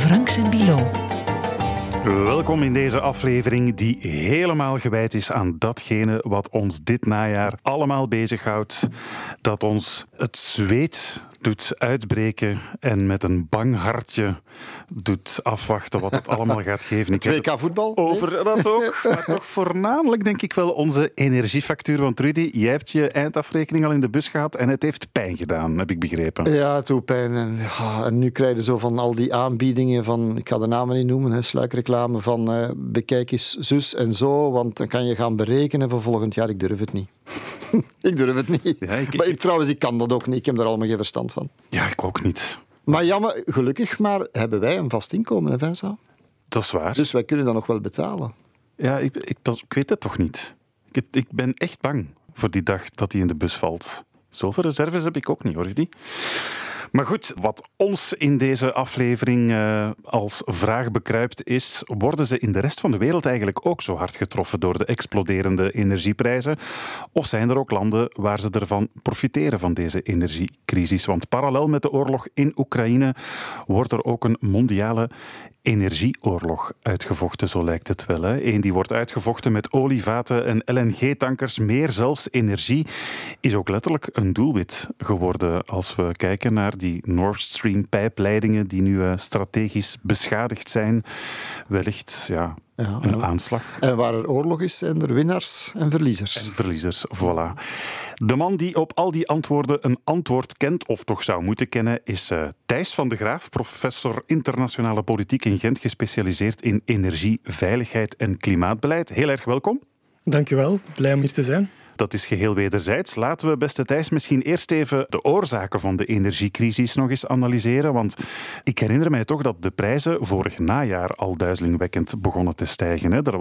Frank Sembilo. Welkom in deze aflevering die helemaal gewijd is aan datgene wat ons dit najaar allemaal bezighoudt. Dat ons het zweet doet uitbreken en met een bang hartje doet afwachten wat het allemaal gaat geven. Het WK voetbal? Over dat ook, maar toch voornamelijk denk ik wel onze energiefactuur. Want Rudy, jij hebt je eindafrekening al in de bus gehad en het heeft pijn gedaan, heb ik begrepen. Ja, het doet pijn. En nu krijg je zo van al die aanbiedingen van, ik ga de namen niet noemen, sluikreclame van bekijk eens zus en zo, want dan kan je gaan berekenen voor volgend jaar. Ik durf het niet. Ik durf het niet. Ja, trouwens, ik kan dat ook niet. Ik heb daar allemaal geen verstand van. Ja, ik ook niet. Maar jammer, gelukkig maar hebben wij een vast inkomen, hè, Vincent? Dat is waar. Dus wij kunnen dat nog wel betalen. Ja, ik weet het toch niet. Ik ben echt bang voor die dag dat hij in de bus valt. Zoveel reserves heb ik ook niet, hoor je die? Maar goed, wat ons in deze aflevering als vraag bekruipt is, worden ze in de rest van de wereld eigenlijk ook zo hard getroffen door de exploderende energieprijzen? Of zijn er ook landen waar ze ervan profiteren van deze energiecrisis? Want parallel met de oorlog in Oekraïne wordt er ook een mondiale energieoorlog uitgevochten, zo lijkt het wel. Eén die wordt uitgevochten met olievaten en LNG-tankers. Meer zelfs, energie is ook letterlijk een doelwit geworden als we kijken naar die Nord Stream-pijpleidingen die nu strategisch beschadigd zijn. Wellicht, een aanslag. En waar er oorlog is, zijn er winnaars en verliezers. En verliezers, voilà. De man die op al die antwoorden een antwoord kent, of toch zou moeten kennen, is Thijs van de Graaf, professor internationale politiek in Gent, gespecialiseerd in energie, veiligheid en klimaatbeleid. Heel erg welkom. Dank u wel, blij om hier te zijn. Dat is geheel wederzijds. Laten we, beste Thijs, misschien eerst even de oorzaken van de energiecrisis nog eens analyseren. Want ik herinner mij toch dat de prijzen vorig najaar al duizelingwekkend begonnen te stijgen. Er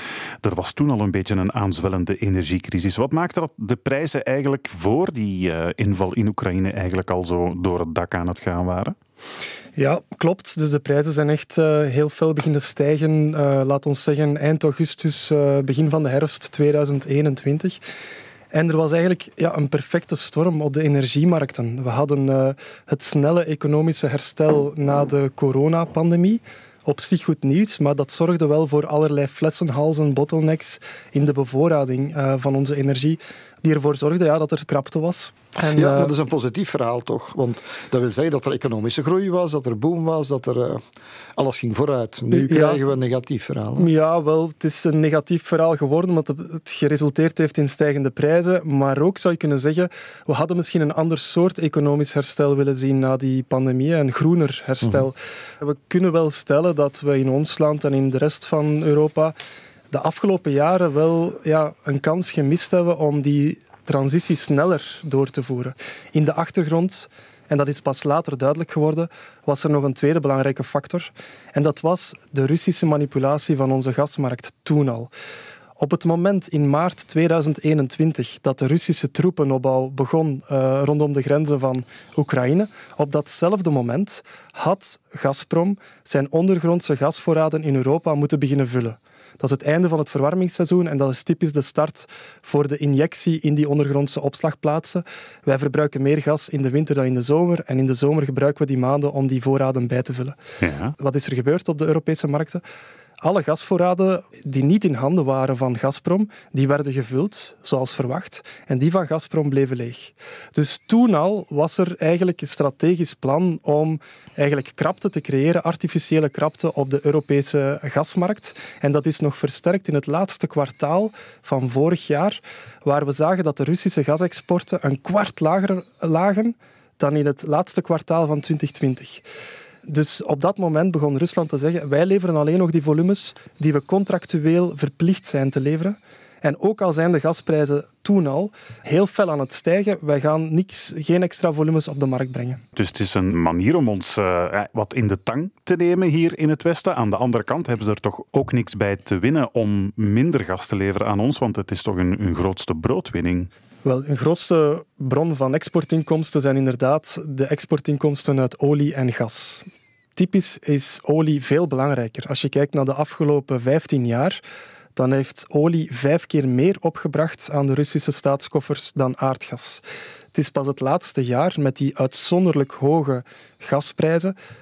was toen al een beetje een aanzwellende energiecrisis. Wat maakte dat de prijzen eigenlijk voor die inval in Oekraïne eigenlijk al zo door het dak aan het gaan waren? Ja, klopt. Dus de prijzen zijn echt heel fel beginnen stijgen. Laat ons zeggen eind augustus, begin van de herfst 2021. En er was eigenlijk een perfecte storm op de energiemarkten. We hadden het snelle economische herstel na de coronapandemie. Op zich goed nieuws, maar dat zorgde wel voor allerlei flessenhalzen, bottlenecks in de bevoorrading van onze energie, die ervoor zorgden dat er krapte was. Maar dat is een positief verhaal toch? Want dat wil zeggen dat er economische groei was, dat er boom was, dat er alles ging vooruit. Nu krijgen we een negatief verhaal. Hè? Ja, wel, het is een negatief verhaal geworden, omdat het geresulteerd heeft in stijgende prijzen. Maar ook zou je kunnen zeggen, we hadden misschien een ander soort economisch herstel willen zien na die pandemie, een groener herstel. We kunnen wel stellen dat we in ons land en in de rest van Europa de afgelopen jaren wel een kans gemist hebben om die transitie sneller door te voeren. In de achtergrond, en dat is pas later duidelijk geworden, was er nog een tweede belangrijke factor. En dat was de Russische manipulatie van onze gasmarkt toen al. Op het moment in maart 2021 dat de Russische troepenopbouw begon rondom de grenzen van Oekraïne, op datzelfde moment had Gazprom zijn ondergrondse gasvoorraden in Europa moeten beginnen vullen. Dat is het einde van het verwarmingsseizoen en dat is typisch de start voor de injectie in die ondergrondse opslagplaatsen. Wij verbruiken meer gas in de winter dan in de zomer en in de zomer gebruiken we die maanden om die voorraden bij te vullen. Ja. Wat is er gebeurd op de Europese markten? Alle gasvoorraden die niet in handen waren van Gazprom, die werden gevuld, zoals verwacht. En die van Gazprom bleven leeg. Dus toen al was er eigenlijk een strategisch plan om eigenlijk krapte te creëren, artificiële krapte op de Europese gasmarkt. En dat is nog versterkt in het laatste kwartaal van vorig jaar, waar we zagen dat de Russische gasexporten een kwart lager lagen dan in het laatste kwartaal van 2020. Dus op dat moment begon Rusland te zeggen, wij leveren alleen nog die volumes die we contractueel verplicht zijn te leveren. En ook al zijn de gasprijzen toen al heel fel aan het stijgen, wij gaan geen extra volumes op de markt brengen. Dus het is een manier om ons wat in de tang te nemen hier in het Westen. Aan de andere kant hebben ze er toch ook niks bij te winnen om minder gas te leveren aan ons, want het is toch hun grootste broodwinning. Wel, een grootste bron van exportinkomsten zijn inderdaad de exportinkomsten uit olie en gas. Typisch is olie veel belangrijker. Als je kijkt naar de afgelopen 15 jaar, dan heeft olie 5 keer meer opgebracht aan de Russische staatskoffers dan aardgas. Het is pas het laatste jaar, met die uitzonderlijk hoge gasprijzen,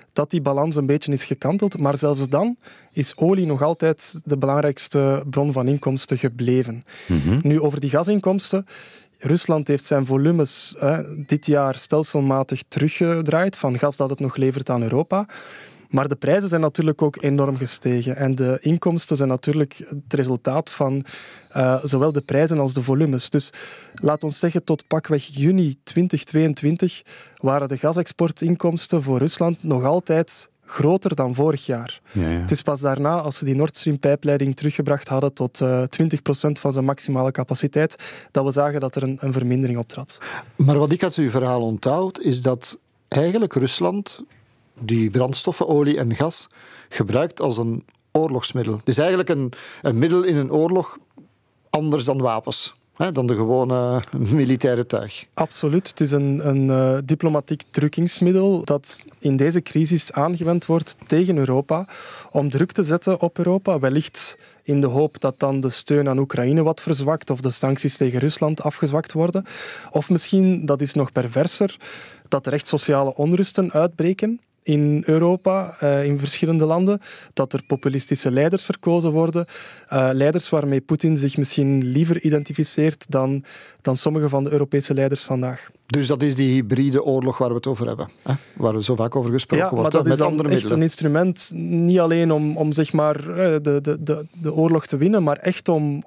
dat die balans een beetje is gekanteld. Maar zelfs dan is olie nog altijd de belangrijkste bron van inkomsten gebleven. Nu, over die gasinkomsten. Rusland heeft zijn volumes dit jaar stelselmatig teruggedraaid van gas dat het nog levert aan Europa. Maar de prijzen zijn natuurlijk ook enorm gestegen. En de inkomsten zijn natuurlijk het resultaat van zowel de prijzen als de volumes. Dus laat ons zeggen, tot pakweg juni 2022 waren de gasexportinkomsten voor Rusland nog altijd groter dan vorig jaar. Ja. Het is pas daarna, als ze die Nord Stream-pijpleiding teruggebracht hadden tot 20% van zijn maximale capaciteit, dat we zagen dat er een vermindering optrad. Maar wat ik uit uw verhaal onthoud, is dat eigenlijk Rusland die brandstoffen, olie en gas, gebruikt als een oorlogsmiddel. Het is eigenlijk een middel in een oorlog anders dan wapens. Dan de gewone militaire tuig. Absoluut. Het is een diplomatiek drukkingsmiddel dat in deze crisis aangewend wordt tegen Europa om druk te zetten op Europa. Wellicht in de hoop dat dan de steun aan Oekraïne wat verzwakt of de sancties tegen Rusland afgezwakt worden. Of misschien, dat is nog perverser, dat er echt sociale onrusten uitbreken in Europa, in verschillende landen, dat er populistische leiders verkozen worden. Leiders waarmee Poetin zich misschien liever identificeert dan sommige van de Europese leiders vandaag. Dus dat is die hybride oorlog waar we het over hebben. Waar we zo vaak over gesproken wordt. Maar dat is dan andere echt middelen. een instrument, niet alleen om zeg maar, de oorlog te winnen, maar echt om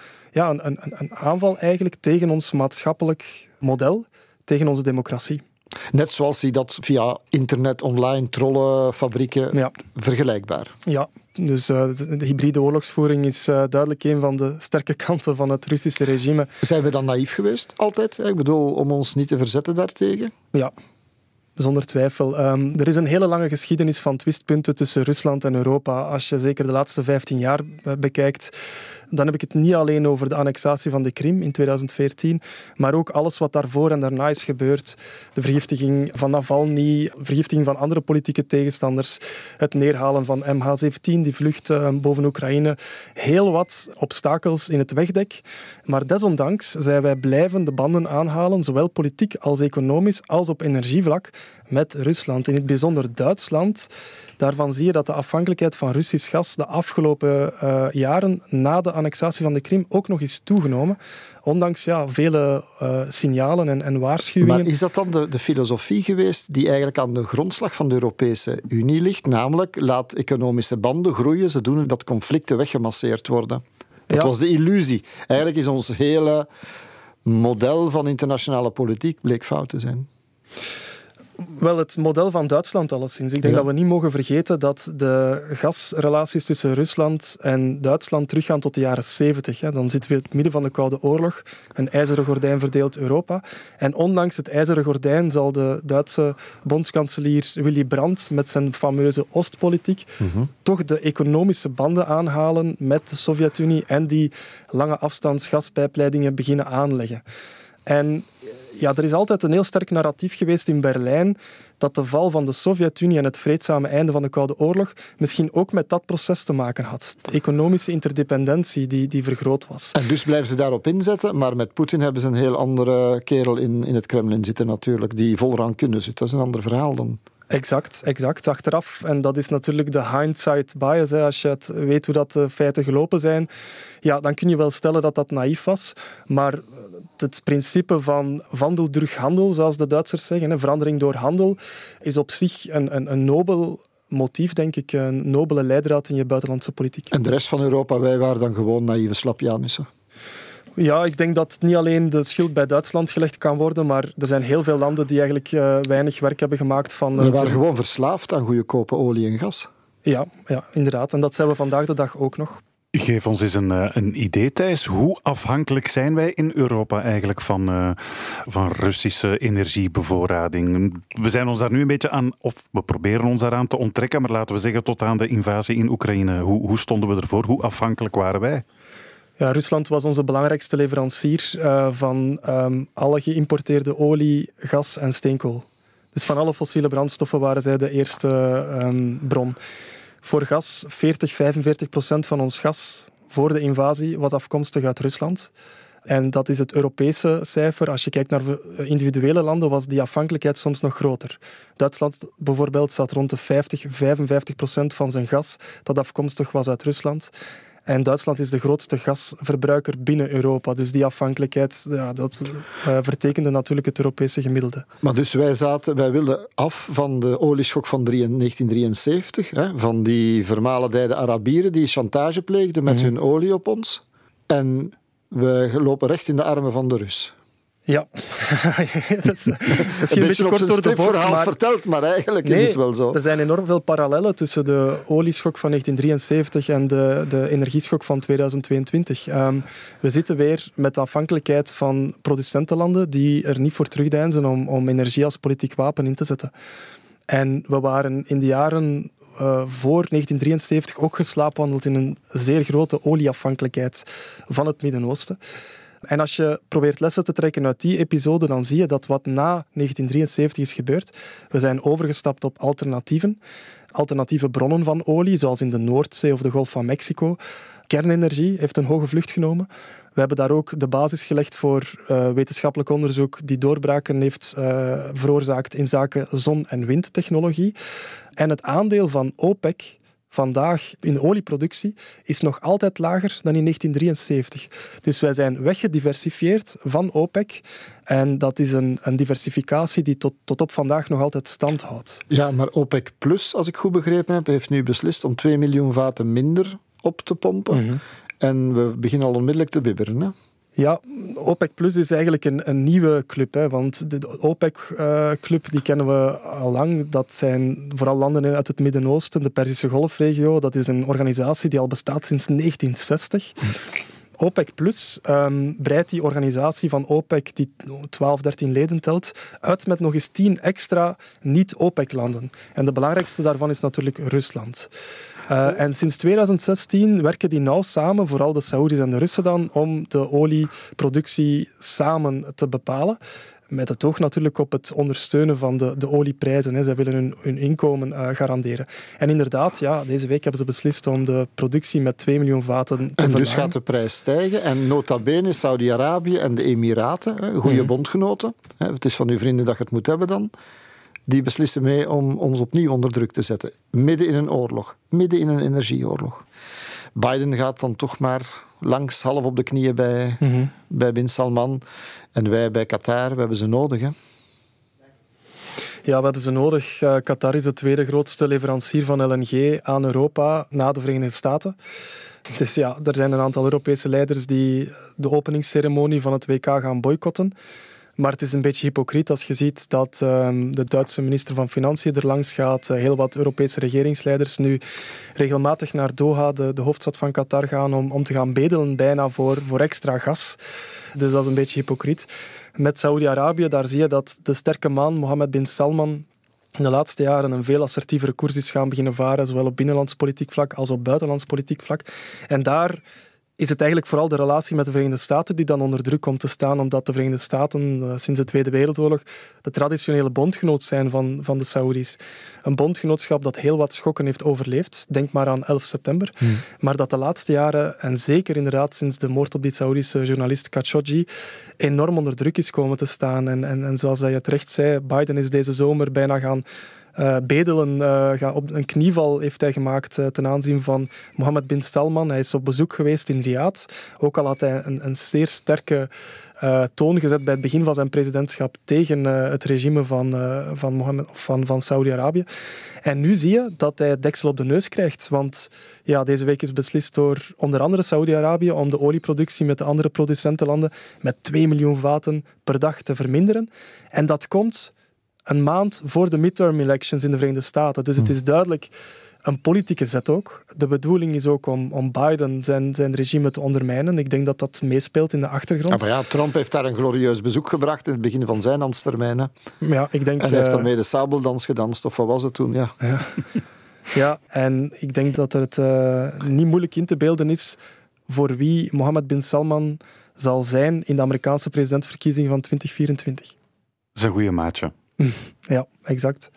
een aanval eigenlijk tegen ons maatschappelijk model, tegen onze democratie. Net zoals hij dat via internet, online, trollen, fabrieken, vergelijkbaar. Ja, dus de hybride oorlogsvoering is duidelijk een van de sterke kanten van het Russische regime. Zijn we dan naïef geweest, altijd? Ik bedoel, om ons niet te verzetten daartegen? Ja, zonder twijfel. Er is een hele lange geschiedenis van twistpunten tussen Rusland en Europa. Als je zeker de laatste 15 jaar bekijkt, dan heb ik het niet alleen over de annexatie van de Krim in 2014, maar ook alles wat daarvoor en daarna is gebeurd. De vergiftiging van Navalny, vergiftiging van andere politieke tegenstanders, het neerhalen van MH17, die vlucht boven Oekraïne. Heel wat obstakels in het wegdek. Maar desondanks zijn wij blijven de banden aanhalen, zowel politiek als economisch, als op energievlak, met Rusland. In het bijzonder Duitsland. Daarvan zie je dat de afhankelijkheid van Russisch gas de afgelopen jaren na de annexatie van de Krim ook nog is toegenomen. Ondanks vele signalen en waarschuwingen. Maar is dat dan de filosofie geweest die eigenlijk aan de grondslag van de Europese Unie ligt? Namelijk, laat economische banden groeien, zodoende dat conflicten weggemasseerd worden. Dat was de illusie. Eigenlijk is ons hele model van internationale politiek bleek fout te zijn. Wel, het model van Duitsland alleszins. Ik denk dat we niet mogen vergeten dat de gasrelaties tussen Rusland en Duitsland teruggaan tot de jaren 70. Dan zitten we in het midden van de Koude Oorlog. Een ijzeren gordijn verdeelt Europa. En ondanks het ijzeren gordijn zal de Duitse bondskanselier Willy Brandt met zijn fameuze Oostpolitiek toch de economische banden aanhalen met de Sovjet-Unie en die lange afstands gaspijpleidingen beginnen aanleggen. En er is altijd een heel sterk narratief geweest in Berlijn dat de val van de Sovjet-Unie en het vreedzame einde van de Koude Oorlog misschien ook met dat proces te maken had. De economische interdependentie die vergroot was. En dus blijven ze daarop inzetten, maar met Poetin hebben ze een heel andere kerel in het Kremlin zitten natuurlijk, die vol rancune zit. Dat is een ander verhaal dan. Exact. Achteraf. En dat is natuurlijk de hindsight bias. Als je het weet hoe dat de feiten gelopen zijn, dan kun je wel stellen dat dat naïef was. Maar het principe van wandel durch handel, zoals de Duitsers zeggen, verandering door handel, is op zich een nobel motief, denk ik, een nobele leidraad in je buitenlandse politiek. En de rest van Europa, wij waren dan gewoon naïeve slapjanussen. Ja, ik denk dat niet alleen de schuld bij Duitsland gelegd kan worden, maar er zijn heel veel landen die eigenlijk weinig werk hebben gemaakt van... We waren gewoon verslaafd aan goedkope olie en gas. Ja, inderdaad. En dat zijn we vandaag de dag ook nog. Geef ons eens een idee, Thijs. Hoe afhankelijk zijn wij in Europa eigenlijk van Russische energiebevoorrading? We zijn ons daar nu een beetje aan, of we proberen ons daaraan te onttrekken, maar laten we zeggen tot aan de invasie in Oekraïne. Hoe stonden we ervoor? Hoe afhankelijk waren wij? Ja, Rusland was onze belangrijkste leverancier van alle geïmporteerde olie, gas en steenkool. Dus van alle fossiele brandstoffen waren zij de eerste bron. Voor gas, 40-45% van ons gas voor de invasie was afkomstig uit Rusland. En dat is het Europese cijfer. Als je kijkt naar individuele landen, was die afhankelijkheid soms nog groter. Duitsland bijvoorbeeld zat rond de 50-55% van zijn gas dat afkomstig was uit Rusland. En Duitsland is de grootste gasverbruiker binnen Europa. Dus die afhankelijkheid, dat vertekende natuurlijk het Europese gemiddelde. Maar dus wij wilden af van de olieschok van 1973, van die vermalendijde Arabieren die chantage pleegden met hun olie op ons. En we lopen recht in de armen van de Rus. Ja, dat is een beetje kort door de bocht, maar verteld, maar eigenlijk is het wel zo. Er zijn enorm veel parallellen tussen de olieschok van 1973 en de energieschok van 2022. We zitten weer met de afhankelijkheid van producentenlanden die er niet voor terugdeinzen om energie als politiek wapen in te zetten. En we waren in de jaren voor 1973 ook geslaapwandeld in een zeer grote olieafhankelijkheid van het Midden-Oosten. En als je probeert lessen te trekken uit die episode, dan zie je dat wat na 1973 is gebeurd. We zijn overgestapt op alternatieve bronnen van olie, zoals in de Noordzee of de Golf van Mexico. Kernenergie heeft een hoge vlucht genomen. We hebben daar ook de basis gelegd voor wetenschappelijk onderzoek die doorbraken heeft veroorzaakt in zaken zon- en windtechnologie. En het aandeel van OPEC vandaag in de olieproductie is nog altijd lager dan in 1973. Dus wij zijn weggediversifieerd van OPEC. En dat is een diversificatie die tot op vandaag nog altijd stand houdt. Ja, maar OPEC Plus, als ik goed begrepen heb, heeft nu beslist om 2 miljoen vaten minder op te pompen. Mm-hmm. En we beginnen al onmiddellijk te bibberen, hè? Ja, OPEC Plus is eigenlijk een nieuwe club. Hè, want de OPEC-club die kennen we al lang. Dat zijn vooral landen uit het Midden-Oosten, de Perzische Golfregio. Dat is een organisatie die al bestaat sinds 1960. OPEC Plus breidt die organisatie van OPEC, die 12, 13 leden telt, uit met nog eens 10 extra niet-OPEC-landen. En de belangrijkste daarvan is natuurlijk Rusland. En sinds 2016 werken die nauw samen, vooral de Saoedi's en de Russen dan, om de olieproductie samen te bepalen. Met het oog natuurlijk op het ondersteunen van de olieprijzen. Hè. Zij willen hun inkomen garanderen. En inderdaad, ja, deze week hebben ze beslist om de productie met 2 miljoen vaten te verlagen. En dus gaat de prijs stijgen. En nota bene Saudi-Arabië en de Emiraten, goede bondgenoten. Het is van uw vrienden dat je het moet hebben dan. Die beslissen mee om ons opnieuw onder druk te zetten. Midden in een oorlog. Midden in een energieoorlog. Biden gaat dan toch maar langs, half op de knieën bij Bin Salman. En wij bij Qatar, we hebben ze nodig, hè? Ja, we hebben ze nodig. Qatar is de tweede grootste leverancier van LNG aan Europa na de Verenigde Staten. Dus ja, er zijn een aantal Europese leiders die de openingsceremonie van het WK gaan boycotten. Maar het is een beetje hypocriet als je ziet dat de Duitse minister van Financiën er langs gaat. Heel wat Europese regeringsleiders nu regelmatig naar Doha, de hoofdstad van Qatar, gaan om te gaan bedelen bijna voor extra gas. Dus dat is een beetje hypocriet. Met Saoedi-Arabië, daar zie je dat de sterke man Mohammed bin Salman in de laatste jaren een veel assertievere koers is gaan beginnen varen, zowel op binnenlands politiek vlak als op buitenlands politiek vlak. En daar is het eigenlijk vooral de relatie met de Verenigde Staten die dan onder druk komt te staan, omdat de Verenigde Staten sinds de Tweede Wereldoorlog de traditionele bondgenoot zijn van de Saoedi's. Een bondgenootschap dat heel wat schokken heeft overleefd. Denk maar aan 11 september. Maar dat de laatste jaren, en zeker inderdaad sinds de moord op die Saoedische journalist Khashoggi, enorm onder druk is komen te staan. En zoals je terecht zei, Biden is deze zomer bijna gaan bedelen, op een knieval heeft hij gemaakt ten aanzien van Mohammed bin Salman. Hij is op bezoek geweest in Riyadh. Ook al had hij een zeer sterke toon gezet bij het begin van zijn presidentschap tegen het regime van Saudi-Arabië. En nu zie je dat hij het deksel op de neus krijgt. Want ja, deze week is beslist door onder andere Saudi-Arabië om de olieproductie met de andere producentenlanden met 2 miljoen vaten per dag te verminderen. En dat komt een maand voor de midterm elections in de Verenigde Staten. Dus het is duidelijk een politieke zet ook. De bedoeling is ook om Biden zijn regime te ondermijnen. Ik denk dat dat meespeelt in de achtergrond. Maar ja, Trump heeft daar een glorieus bezoek gebracht in het begin van zijn ambtstermijn. Hè. Ja, ik denk, en hij heeft daarmee de sabeldans gedanst, of wat was het toen? Ja. Ja, en ik denk dat het niet moeilijk in te beelden is voor wie Mohammed bin Salman zal zijn in de Amerikaanse presidentsverkiezingen van 2024. Dat is een goede maatje. Ja, exact.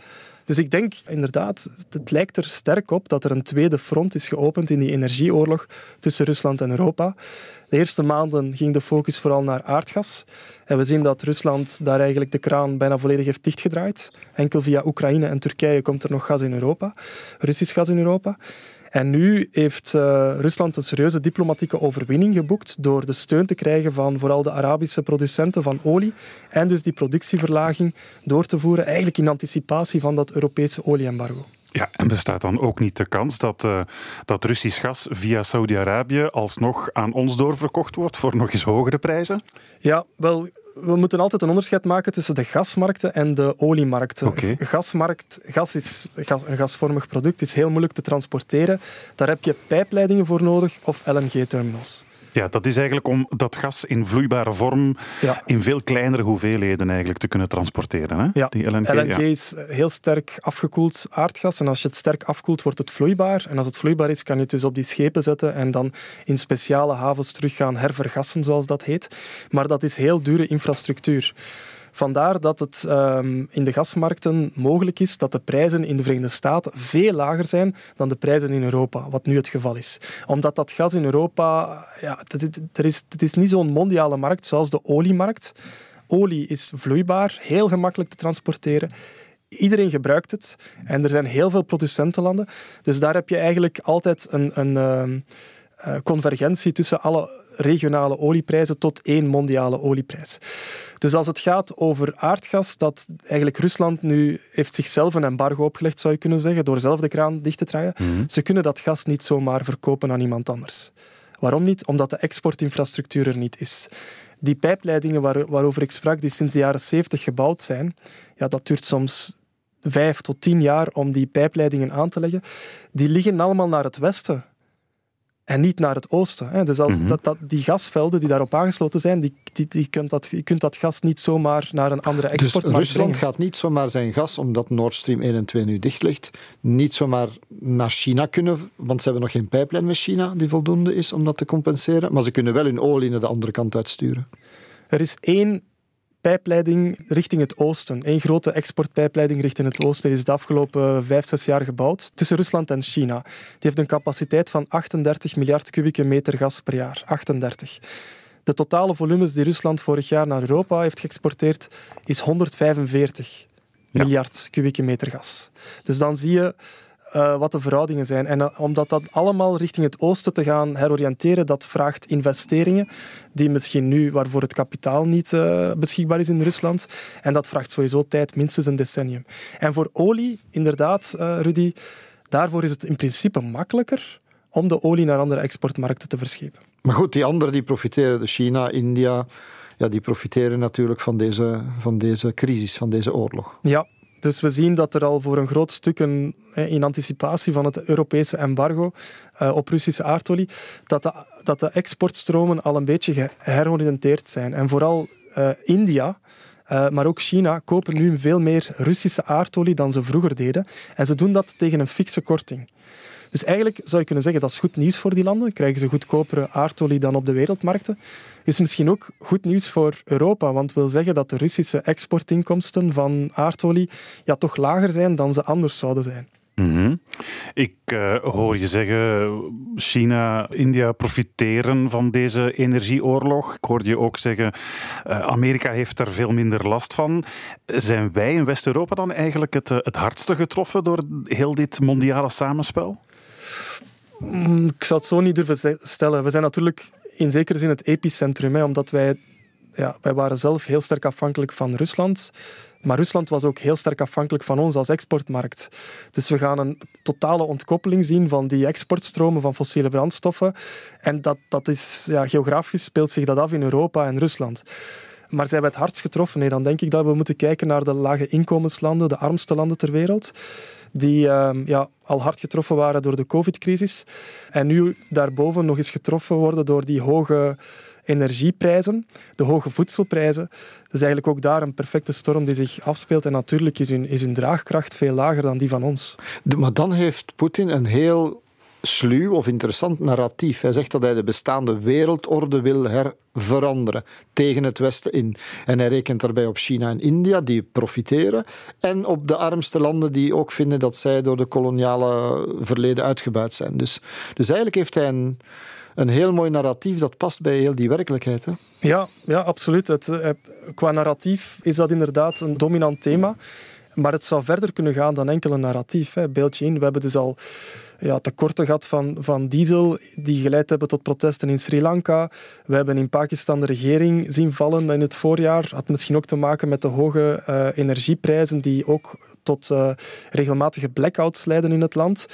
Dus ik denk inderdaad, het lijkt er sterk op dat er een tweede front is geopend in die energieoorlog tussen Rusland en Europa. De eerste maanden ging de focus vooral naar aardgas. En we zien dat Rusland daar eigenlijk de kraan bijna volledig heeft dichtgedraaid. Enkel via Oekraïne en Turkije komt er nog gas in Europa, Russisch gas in Europa. En nu heeft Rusland een serieuze diplomatieke overwinning geboekt door de steun te krijgen van vooral de Arabische producenten van olie en dus die productieverlaging door te voeren, eigenlijk in anticipatie van dat Europese olieembargo. Ja, en bestaat dan ook niet de kans dat Russisch gas via Saudi-Arabië alsnog aan ons doorverkocht wordt voor nog eens hogere prijzen? Ja, wel, we moeten altijd een onderscheid maken tussen de gasmarkten en de oliemarkten. Okay. Gas is een gasvormig product, is heel moeilijk te transporteren. Daar heb je pijpleidingen voor nodig of LNG-terminals. Ja, dat is eigenlijk om dat gas in vloeibare vorm in veel kleinere hoeveelheden eigenlijk te kunnen transporteren. Hè? Ja, die LNG, LNG is heel sterk afgekoeld aardgas en als je het sterk afkoelt, wordt het vloeibaar. En als het vloeibaar is, kan je het dus op die schepen zetten en dan in speciale havens terug gaan hervergassen, zoals dat heet. Maar dat is heel dure infrastructuur. Vandaar dat het in de gasmarkten mogelijk is dat de prijzen in de Verenigde Staten veel lager zijn dan de prijzen in Europa, wat nu het geval is. Omdat dat gas in Europa, het is niet zo'n mondiale markt zoals de oliemarkt. Olie is vloeibaar, heel gemakkelijk te transporteren. Iedereen gebruikt het en er zijn heel veel producentenlanden. Dus daar heb je eigenlijk altijd een convergentie tussen alle regionale olieprijzen tot één mondiale olieprijs. Dus als het gaat over aardgas, dat eigenlijk Rusland nu heeft zichzelf een embargo opgelegd, zou je kunnen zeggen, door zelf de kraan dicht te draaien. Ze kunnen dat gas niet zomaar verkopen aan iemand anders. Waarom niet? Omdat de exportinfrastructuur er niet is. Die pijpleidingen waarover ik sprak, die sinds de jaren 70 gebouwd zijn, ja, dat duurt soms 5 tot 10 jaar om die pijpleidingen aan te leggen. Die liggen allemaal naar het westen. En niet naar het oosten. Dus als die gasvelden die daarop aangesloten zijn, je kunt dat gas niet zomaar naar een andere exportmarkt Dus Rusland brengen. gaat niet zomaar zijn gas, omdat Nord Stream 1 en 2 nu dicht ligt, niet zomaar naar China kunnen, want ze hebben nog geen pijplijn met China die voldoende is om dat te compenseren. Maar ze kunnen wel hun olie naar de andere kant uitsturen. Er is één pijpleiding richting het oosten. Eén grote exportpijpleiding richting het oosten is de afgelopen 5-6 jaar gebouwd tussen Rusland en China. Die heeft een capaciteit van 38 miljard kubieke meter gas per jaar. 38. De totale volumes die Rusland vorig jaar naar Europa heeft geëxporteerd is 145 miljard kubieke meter gas. Dus dan zie je wat de verhoudingen zijn. En omdat dat allemaal richting het oosten te gaan heroriënteren, dat vraagt investeringen die misschien nu, waarvoor het kapitaal niet beschikbaar is in Rusland. En dat vraagt sowieso tijd, minstens een decennium. En voor olie, inderdaad, Rudy, daarvoor is het in principe makkelijker om de olie naar andere exportmarkten te verschepen. Maar goed, die anderen die profiteren, de China, India, ja, die profiteren natuurlijk van deze crisis, van deze oorlog. Ja. Dus we zien dat er al voor een groot stuk, in anticipatie van het Europese embargo op Russische aardolie, dat de exportstromen al een beetje geheroriënteerd zijn. En vooral India, maar ook China, kopen nu veel meer Russische aardolie dan ze vroeger deden. En ze doen dat tegen een fikse korting. Dus eigenlijk zou je kunnen zeggen, dat is goed nieuws voor die landen. Krijgen ze goedkopere aardolie dan op de wereldmarkten. Is misschien ook goed nieuws voor Europa, want wil zeggen dat de Russische exportinkomsten van aardolie toch lager zijn dan ze anders zouden zijn. Mm-hmm. Ik hoor je zeggen, China, India profiteren van deze energieoorlog. Ik hoorde je ook zeggen, Amerika heeft er veel minder last van. Zijn wij in West-Europa dan eigenlijk het hardste getroffen door heel dit mondiale samenspel? Ik zou het zo niet durven stellen. We zijn natuurlijk in zekere zin het epicentrum, omdat wij waren zelf heel sterk afhankelijk van Rusland. Maar Rusland was ook heel sterk afhankelijk van ons als exportmarkt. Dus we gaan een totale ontkoppeling zien van die exportstromen van fossiele brandstoffen. En dat is, geografisch speelt zich dat af in Europa en Rusland. Maar zijn we het hardst getroffen? Nee, dan denk ik dat we moeten kijken naar de lage inkomenslanden, de armste landen ter wereld, die al hard getroffen waren door de COVID-crisis. En nu daarboven nog eens getroffen worden door die hoge energieprijzen, de hoge voedselprijzen. Dat is eigenlijk ook daar een perfecte storm die zich afspeelt. En natuurlijk is hun draagkracht veel lager dan die van ons. Maar dan heeft Poetin een heel sluw of interessant narratief. Hij zegt dat hij de bestaande wereldorde wil veranderen tegen het Westen in. En hij rekent daarbij op China en India, die profiteren, en op de armste landen die ook vinden dat zij door de koloniale verleden uitgebuit zijn. Dus eigenlijk heeft hij een heel mooi narratief dat past bij heel die werkelijkheid. Hè? Ja, absoluut. Qua narratief is dat inderdaad een dominant thema. Maar het zou verder kunnen gaan dan enkel een narratief. Hè. Beeldje in, we hebben dus al tekorten gehad van diesel die geleid hebben tot protesten in Sri Lanka. We hebben in Pakistan de regering zien vallen in het voorjaar. Had misschien ook te maken met de hoge energieprijzen die ook tot regelmatige blackouts leiden in het land.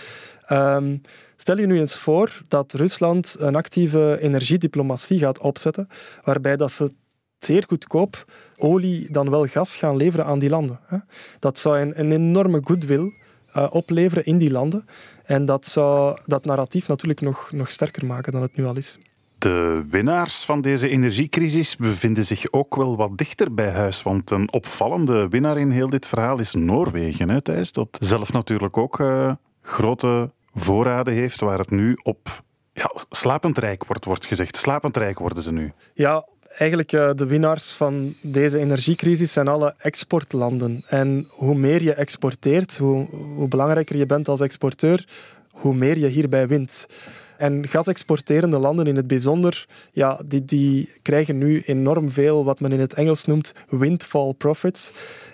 Stel je nu eens voor dat Rusland een actieve energiediplomatie gaat opzetten, waarbij dat ze zeer goedkoop olie dan wel gas gaan leveren aan die landen. Dat zou een enorme goodwill opleveren in die landen. En dat zou dat narratief natuurlijk nog sterker maken dan het nu al is. De winnaars van deze energiecrisis bevinden zich ook wel wat dichter bij huis. Want een opvallende winnaar in heel dit verhaal is Noorwegen, hè, Thijs, dat zelf natuurlijk ook grote voorraden heeft, waar het nu op slapend rijk wordt gezegd. Slapend rijk worden ze nu. Ja, eigenlijk de winnaars van deze energiecrisis zijn alle exportlanden. En hoe meer je exporteert, hoe belangrijker je bent als exporteur, hoe meer je hierbij wint. En gasexporterende landen in het bijzonder, die krijgen nu enorm veel wat men in het Engels noemt windfall profits.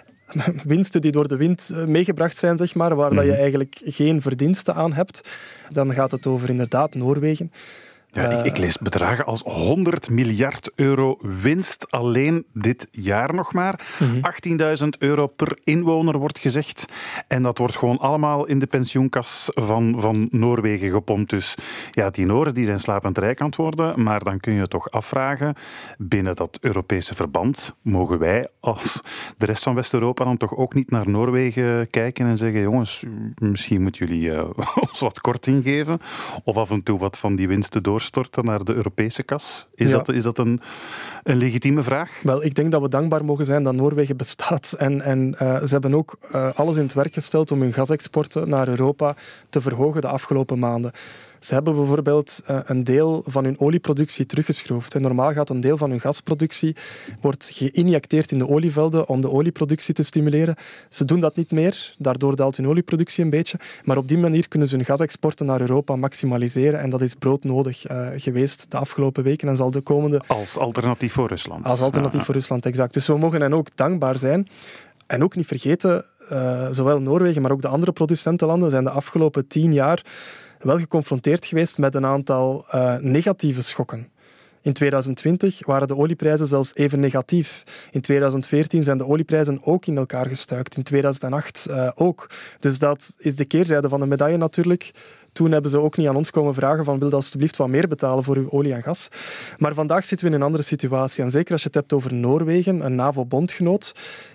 Winsten die door de wind meegebracht zijn, zeg maar, waar dat je eigenlijk geen verdiensten aan hebt. Dan gaat het over inderdaad Noorwegen. Ja, ik lees bedragen als 100 miljard euro winst alleen dit jaar nog maar. 18.000 euro per inwoner wordt gezegd. En dat wordt gewoon allemaal in de pensioenkas van Noorwegen gepompt. Dus ja, die Noren die zijn slapend rijk aan het worden. Maar dan kun je toch afvragen, binnen dat Europese verband mogen wij als de rest van West-Europa dan toch ook niet naar Noorwegen kijken en zeggen, jongens, misschien moeten jullie ons wat korting geven. Of af en toe wat van die winsten doorstorten naar de Europese kas? Is dat een legitieme vraag? Wel, ik denk dat we dankbaar mogen zijn dat Noorwegen bestaat. En ze hebben ook alles in het werk gesteld om hun gasexporten naar Europa te verhogen de afgelopen maanden. Ze hebben bijvoorbeeld een deel van hun olieproductie teruggeschroefd. En normaal gaat een deel van hun gasproductie wordt geïnjecteerd in de olievelden om de olieproductie te stimuleren. Ze doen dat niet meer, daardoor daalt hun olieproductie een beetje. Maar op die manier kunnen ze hun gasexporten naar Europa maximaliseren. En dat is broodnodig geweest de afgelopen weken en zal de komende... Als alternatief voor Rusland. Als alternatief voor Rusland, exact. Dus we mogen hen ook dankbaar zijn. En ook niet vergeten, zowel Noorwegen, maar ook de andere producentenlanden zijn de afgelopen 10 jaar wel geconfronteerd geweest met een aantal negatieve schokken. In 2020 waren de olieprijzen zelfs even negatief. In 2014 zijn de olieprijzen ook in elkaar gestuikt. In 2008 ook. Dus dat is de keerzijde van de medaille natuurlijk. Toen hebben ze ook niet aan ons komen vragen van wil je alsjeblieft wat meer betalen voor uw olie en gas. Maar vandaag zitten we in een andere situatie. En zeker als je het hebt over Noorwegen, een NAVO-bondgenoot,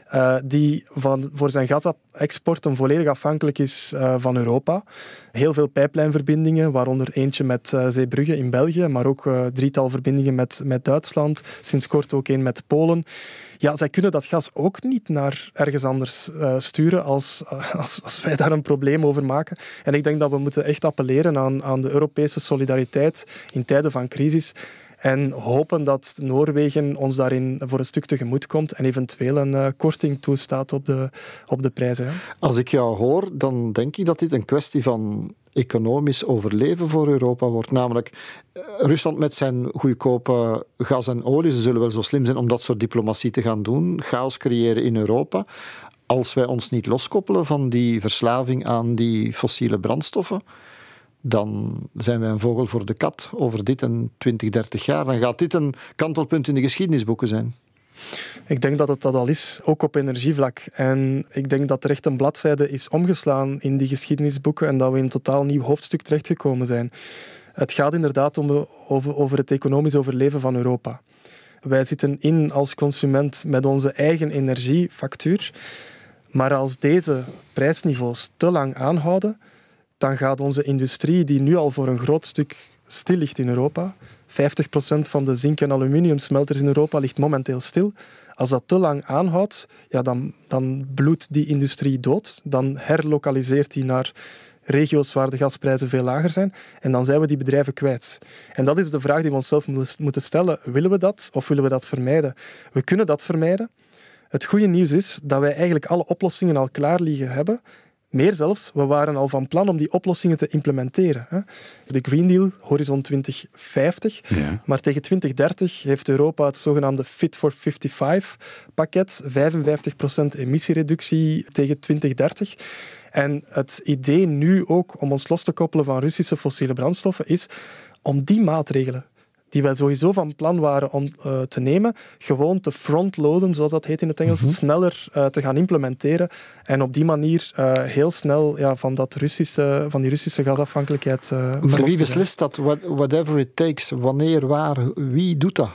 die voor zijn gasexporten volledig afhankelijk is van Europa. Heel veel pijplijnverbindingen, waaronder eentje met Zeebrugge in België, maar ook 3-tal verbindingen met Duitsland, sinds kort ook één met Polen. Ja, zij kunnen dat gas ook niet naar ergens anders sturen als wij daar een probleem over maken. En ik denk dat we moeten echt appelleren aan de Europese solidariteit in tijden van crisis. En hopen dat Noorwegen ons daarin voor een stuk tegemoet komt en eventueel een korting toestaat op de prijzen. Hè. Als ik jou hoor, dan denk ik dat dit een kwestie van economisch overleven voor Europa wordt. Namelijk, Rusland met zijn goedkope gas en olie, ze zullen wel zo slim zijn om dat soort diplomatie te gaan doen, chaos creëren in Europa. Als wij ons niet loskoppelen van die verslaving aan die fossiele brandstoffen, dan zijn wij een vogel voor de kat over dit en 20, 30 jaar. Dan gaat dit een kantelpunt in de geschiedenisboeken zijn. Ik denk dat het dat al is, ook op energievlak. En ik denk dat er echt een bladzijde is omgeslaan in die geschiedenisboeken en dat we in een totaal nieuw hoofdstuk terechtgekomen zijn. Het gaat inderdaad over het economisch overleven van Europa. Wij zitten in als consument met onze eigen energiefactuur. Maar als deze prijsniveaus te lang aanhouden, dan gaat onze industrie, die nu al voor een groot stuk stil ligt in Europa, 50% van de zink- en aluminiumsmelters in Europa ligt momenteel stil. Als dat te lang aanhoudt, dan bloedt die industrie dood. Dan herlokaliseert die naar regio's waar de gasprijzen veel lager zijn. En dan zijn we die bedrijven kwijt. En dat is de vraag die we onszelf moeten stellen. Willen we dat of willen we dat vermijden? We kunnen dat vermijden. Het goede nieuws is dat wij eigenlijk alle oplossingen al klaar liggen hebben. Meer zelfs, we waren al van plan om die oplossingen te implementeren. De Green Deal, horizon 2050. Ja. Maar tegen 2030 heeft Europa het zogenaamde Fit for 55-pakket. 55% emissiereductie tegen 2030. En het idee nu ook om ons los te koppelen van Russische fossiele brandstoffen is om die maatregelen die wij sowieso van plan waren om te nemen, gewoon te frontloaden, zoals dat heet in het Engels, sneller te gaan implementeren en op die manier heel snel van die Russische gasafhankelijkheid Maar wie beslist dat? Whatever it takes. Wanneer, waar, wie doet dat?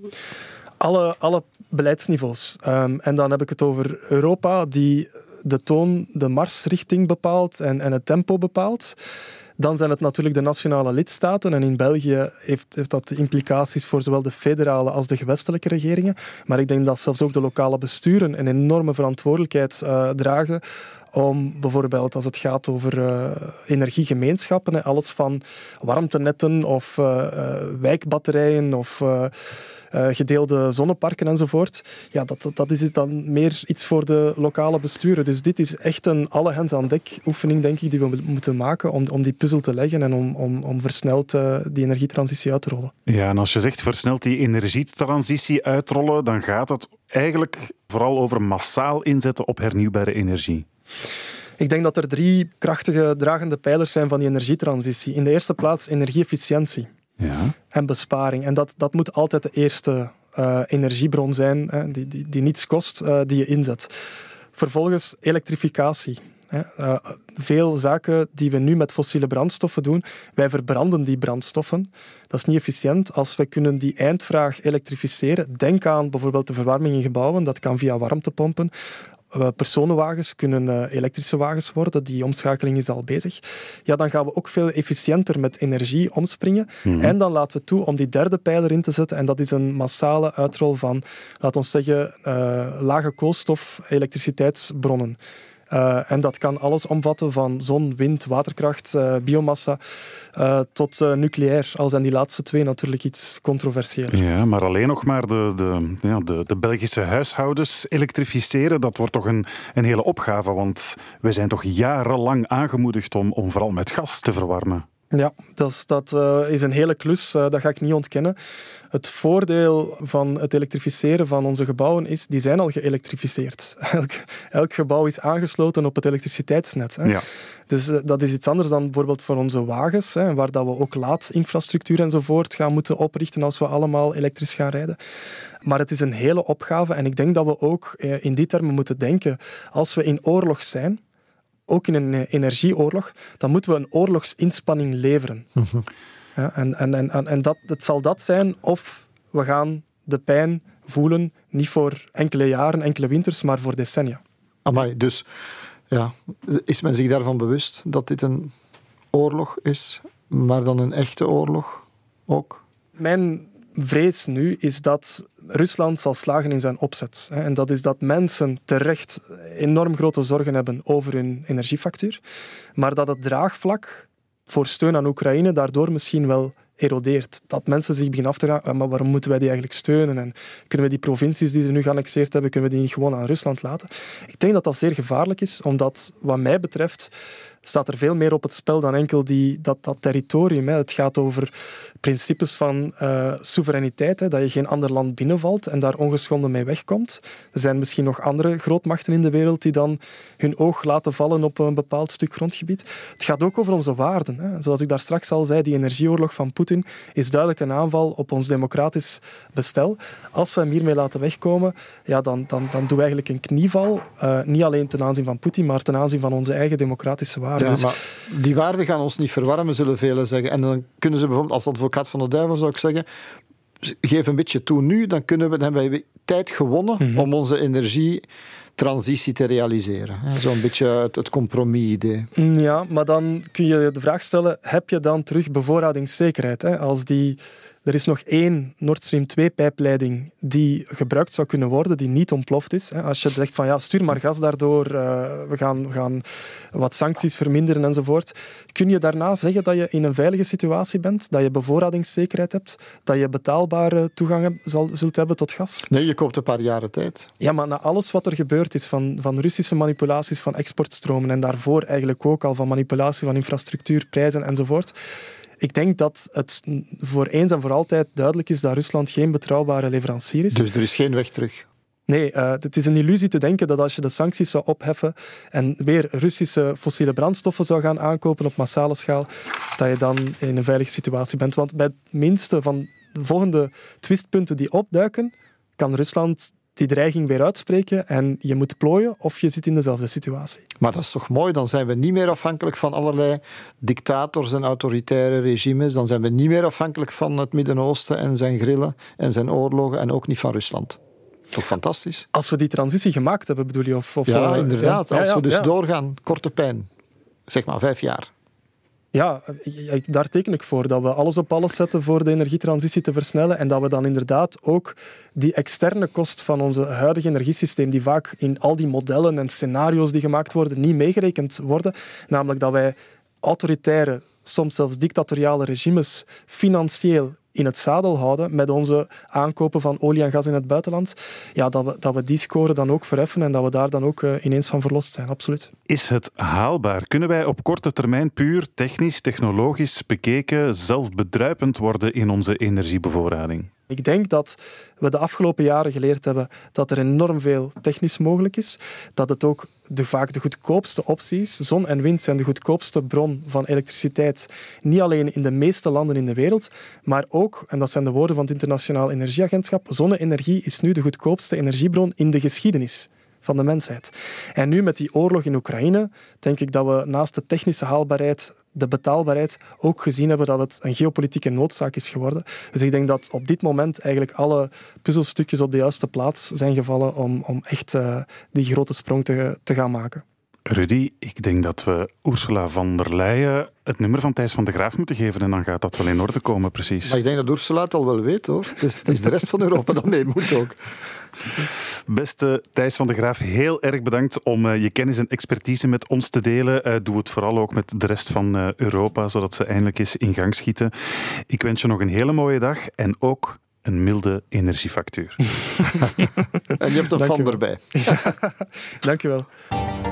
Alle beleidsniveaus. En dan heb ik het over Europa, die de toon, de marsrichting bepaalt en het tempo bepaalt. Dan zijn het natuurlijk de nationale lidstaten en in België heeft dat implicaties voor zowel de federale als de gewestelijke regeringen. Maar ik denk dat zelfs ook de lokale besturen een enorme verantwoordelijkheid dragen om bijvoorbeeld als het gaat over energiegemeenschappen, alles van warmtenetten of wijkbatterijen of gedeelde zonneparken enzovoort. Ja, dat is dan meer iets voor de lokale besturen. Dus dit is echt een alle-hens-aan-dek oefening, denk ik, die we moeten maken om die puzzel te leggen en om versneld die energietransitie uit te rollen. Ja, en als je zegt versneld die energietransitie uitrollen, dan gaat het eigenlijk vooral over massaal inzetten op hernieuwbare energie. Ik denk dat er 3 krachtige dragende pijlers zijn van die energietransitie. In de eerste plaats energieefficiëntie. Ja. En besparing. En dat moet altijd de eerste energiebron zijn, die niets kost, die je inzet. Vervolgens elektrificatie. Veel zaken die we nu met fossiele brandstoffen doen, wij verbranden die brandstoffen. Dat is niet efficiënt. Als we kunnen die eindvraag elektrificeren, denk aan bijvoorbeeld de verwarming in gebouwen, dat kan via warmtepompen. Personenwagens kunnen elektrische wagens worden, die omschakeling is al bezig. Ja, dan gaan we ook veel efficiënter met energie omspringen. En dan laten we toe om die derde pijler in te zetten en dat is een massale uitrol van, laten we zeggen, lage koolstof elektriciteitsbronnen. En dat kan alles omvatten van zon, wind, waterkracht, biomassa tot nucleair. Al zijn die laatste 2 natuurlijk iets controversieel. Ja, maar alleen nog maar de Belgische huishoudens elektrificeren, dat wordt toch een hele opgave, want wij zijn toch jarenlang aangemoedigd om vooral met gas te verwarmen. Ja, dat is een hele klus, dat ga ik niet ontkennen. Het voordeel van het elektrificeren van onze gebouwen is, die zijn al geëlektrificeerd. Elk gebouw is aangesloten op het elektriciteitsnet. Hè. Ja. Dus dat is iets anders dan bijvoorbeeld voor onze wagens, waar dat we ook laadinfrastructuur enzovoort gaan moeten oprichten als we allemaal elektrisch gaan rijden. Maar het is een hele opgave en ik denk dat we ook in die termen moeten denken. Als we in oorlog zijn, ook in een energieoorlog, dan moeten we een oorlogsinspanning leveren. Ja, en het zal dat zijn of we gaan de pijn voelen, niet voor enkele jaren, enkele winters, maar voor decennia. Amai, dus ja, is men zich daarvan bewust dat dit een oorlog is, maar dan een echte oorlog ook? Mijn vrees nu is dat Rusland zal slagen in zijn opzet. En dat is dat mensen terecht enorm grote zorgen hebben over hun energiefactuur, maar dat het draagvlak voor steun aan Oekraïne daardoor misschien wel erodeert. Dat mensen zich beginnen af te vragen, maar waarom moeten wij die eigenlijk steunen? En kunnen we die provincies die ze nu geannexeerd hebben, kunnen we die niet gewoon aan Rusland laten? Ik denk dat dat zeer gevaarlijk is, omdat wat mij betreft staat er veel meer op het spel dan enkel dat territorium. Het gaat over principes van soevereiniteit, dat je geen ander land binnenvalt en daar ongeschonden mee wegkomt. Er zijn misschien nog andere grootmachten in de wereld die dan hun oog laten vallen op een bepaald stuk grondgebied. Het gaat ook over onze waarden. Zoals ik daar straks al zei, die energieoorlog van Poetin is duidelijk een aanval op ons democratisch bestel. Als we hem hiermee laten wegkomen, ja, dan doen we eigenlijk een knieval. Niet alleen ten aanzien van Poetin, maar ten aanzien van onze eigen democratische waarden. Ja, maar die waarden gaan ons niet verwarmen, zullen velen zeggen. En dan kunnen ze bijvoorbeeld, als advocaat van de duivel zou ik zeggen, geef een beetje toe nu, dan hebben wij tijd gewonnen om onze energietransitie te realiseren. Zo'n beetje het compromis-idee. Ja, maar dan kun je de vraag stellen, heb je dan terug bevoorradingszekerheid? Als die Er is nog 1 Nord Stream 2-pijpleiding die gebruikt zou kunnen worden, die niet ontploft is. Als je zegt van stuur maar gas daardoor, we gaan wat sancties verminderen enzovoort. Kun je daarna zeggen dat je in een veilige situatie bent, dat je bevoorradingszekerheid hebt, dat je betaalbare toegang zult hebben tot gas? Nee, je koopt een paar jaren tijd. Ja, maar na alles wat er gebeurd is, van Russische manipulaties van exportstromen en daarvoor eigenlijk ook al van manipulatie van infrastructuur, prijzen enzovoort. Ik denk dat het voor eens en voor altijd duidelijk is dat Rusland geen betrouwbare leverancier is. Dus er is geen weg terug? Nee, het is een illusie te denken dat als je de sancties zou opheffen en weer Russische fossiele brandstoffen zou gaan aankopen op massale schaal, dat je dan in een veilige situatie bent. Want bij het minste van de volgende twistpunten die opduiken, kan Rusland die dreiging weer uitspreken en je moet plooien of je zit in dezelfde situatie. Maar dat is toch mooi? Dan zijn we niet meer afhankelijk van allerlei dictators en autoritaire regimes. Dan zijn we niet meer afhankelijk van het Midden-Oosten en zijn grillen en zijn oorlogen en ook niet van Rusland. Toch fantastisch? Als we die transitie gemaakt hebben, bedoel je? Ja, inderdaad. Als we dus ja. doorgaan, korte pijn. Zeg maar 5 jaar. Ja, daar teken ik voor. Dat we alles op alles zetten voor de energietransitie te versnellen en dat we dan inderdaad ook die externe kost van ons huidige energiesysteem, die vaak in al die modellen en scenario's die gemaakt worden, niet meegerekend worden. Namelijk dat wij autoritaire, soms zelfs dictatoriale regimes financieel in het zadel houden met onze aankopen van olie en gas in het buitenland, ja, dat we die score dan ook verheffen en dat we daar dan ook ineens van verlost zijn, absoluut. Is het haalbaar? Kunnen wij op korte termijn puur technisch, technologisch bekeken zelfbedruipend worden in onze energiebevoorrading? Ik denk dat we de afgelopen jaren geleerd hebben dat er enorm veel technisch mogelijk is. Dat het ook vaak de goedkoopste optie is. Zon en wind zijn de goedkoopste bron van elektriciteit. Niet alleen in de meeste landen in de wereld, maar ook, en dat zijn de woorden van het Internationaal Energieagentschap, zonne-energie is nu de goedkoopste energiebron in de geschiedenis van de mensheid. En nu met die oorlog in Oekraïne denk ik dat we naast de technische haalbaarheid, de betaalbaarheid, ook gezien hebben dat het een geopolitieke noodzaak is geworden. Dus ik denk dat op dit moment eigenlijk alle puzzelstukjes op de juiste plaats zijn gevallen om echt die grote sprong te gaan maken. Rudy, ik denk dat we Ursula von der Leyen het nummer van Thijs van de Graaf moeten geven en dan gaat dat wel in orde komen, precies. Maar ik denk dat Ursula het al wel weet, hoor. Het is de rest van Europa dat mee moet ook. Beste Thijs van de Graaf, heel erg bedankt om je kennis en expertise met ons te delen. Doe het vooral ook met de rest van Europa, zodat ze eindelijk eens in gang schieten. Ik wens je nog een hele mooie dag en ook een milde energiefactuur. En je hebt een fan erbij. Dank je wel.